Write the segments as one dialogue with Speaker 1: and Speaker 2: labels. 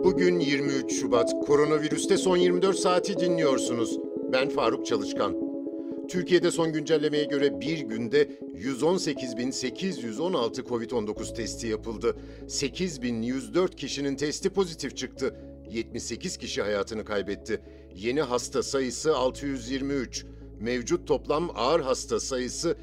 Speaker 1: Bugün 23 Şubat. Koronavirüste son 24 saati dinliyorsunuz. Ben Faruk Çalışkan. Türkiye'de son güncellemeye göre bir günde 118.816 COVID-19 testi yapıldı. 8.104 kişinin testi pozitif çıktı. 78 kişi hayatını kaybetti. Yeni hasta sayısı 623. Mevcut toplam ağır hasta sayısı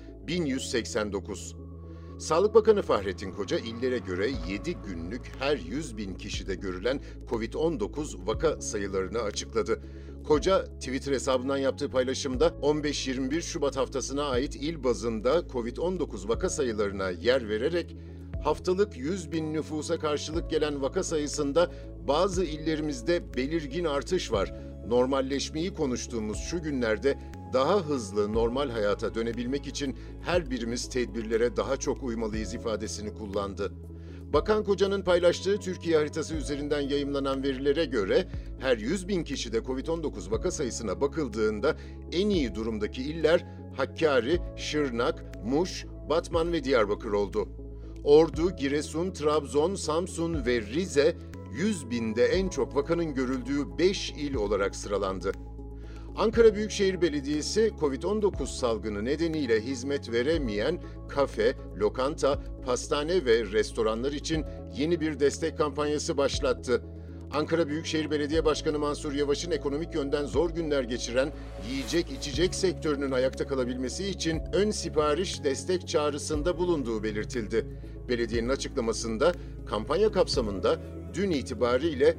Speaker 1: 1189. Sağlık Bakanı Fahrettin Koca, illere göre 7 günlük her 100.000 kişide görülen COVID-19 vaka sayılarını açıkladı. Koca, Twitter hesabından yaptığı paylaşımda 15-21 Şubat haftasına ait il bazında COVID-19 vaka sayılarına yer vererek, haftalık 100.000 nüfusa karşılık gelen vaka sayısında bazı illerimizde belirgin artış var. Normalleşmeyi konuştuğumuz şu günlerde daha hızlı normal hayata dönebilmek için her birimiz tedbirlere daha çok uymalıyız ifadesini kullandı. Bakan Koca'nın paylaştığı Türkiye haritası üzerinden yayımlanan verilere göre her 100.000 kişide COVID-19 vaka sayısına bakıldığında en iyi durumdaki iller Hakkari, Şırnak, Muş, Batman ve Diyarbakır oldu. Ordu, Giresun, Trabzon, Samsun ve Rize 100.000'de en çok vakanın görüldüğü 5 il olarak sıralandı. Ankara Büyükşehir Belediyesi, COVID-19 salgını nedeniyle hizmet veremeyen kafe, lokanta, pastane ve restoranlar için yeni bir destek kampanyası başlattı. Ankara Büyükşehir Belediye Başkanı Mansur Yavaş'ın ekonomik yönden zor günler geçiren yiyecek içecek sektörünün ayakta kalabilmesi için ön sipariş destek çağrısında bulunduğu belirtildi. Belediyenin açıklamasında kampanya kapsamında dün itibariyle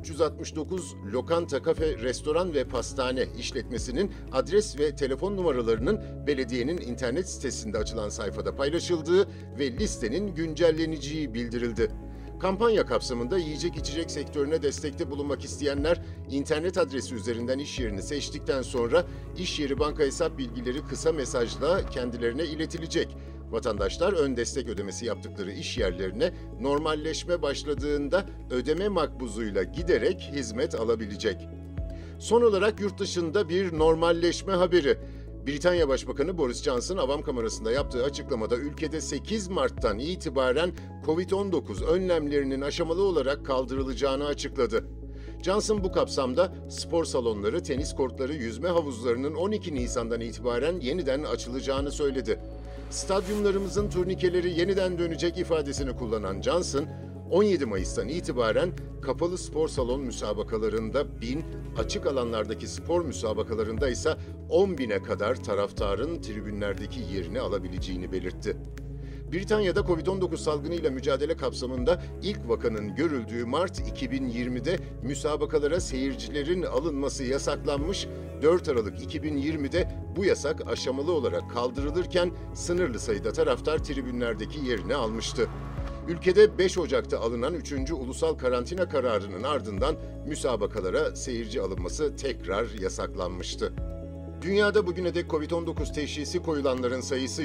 Speaker 1: 369 lokanta, kafe, restoran ve pastane işletmesinin adres ve telefon numaralarının belediyenin internet sitesinde açılan sayfada paylaşıldığı ve listenin güncelleneceği bildirildi. Kampanya kapsamında yiyecek içecek sektörüne destekte bulunmak isteyenler internet adresi üzerinden iş yerini seçtikten sonra iş yeri banka hesap bilgileri kısa mesajla kendilerine iletilecek. Vatandaşlar ön destek ödemesi yaptıkları iş yerlerine normalleşme başladığında ödeme makbuzuyla giderek hizmet alabilecek. Son olarak yurt dışında bir normalleşme haberi. Britanya Başbakanı Boris Johnson, Avam Kamerası'nda yaptığı açıklamada ülkede 8 Mart'tan itibaren COVID-19 önlemlerinin aşamalı olarak kaldırılacağını açıkladı. Johnson bu kapsamda spor salonları, tenis kortları, yüzme havuzlarının 12 Nisan'dan itibaren yeniden açılacağını söyledi. Stadyumlarımızın turnikeleri yeniden dönecek ifadesini kullanan Johnson, 17 Mayıs'tan itibaren kapalı spor salon müsabakalarında 1000, açık alanlardaki spor müsabakalarında ise 10.000'e kadar taraftarın tribünlerdeki yerini alabileceğini belirtti. Britanya'da COVID-19 salgınıyla mücadele kapsamında ilk vakanın görüldüğü Mart 2020'de müsabakalara seyircilerin alınması yasaklanmış, 4 Aralık 2020'de bu yasak aşamalı olarak kaldırılırken sınırlı sayıda taraftar tribünlerdeki yerini almıştı. Ülkede 5 Ocak'ta alınan 3. ulusal karantina kararının ardından müsabakalara seyirci alınması tekrar yasaklanmıştı. Dünyada bugüne dek COVID-19 teşhisi koyulanların sayısı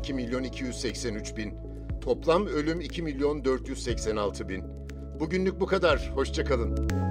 Speaker 1: 112.283.000. Toplam ölüm 2.486.000. Bugünlük bu kadar. Hoşça kalın.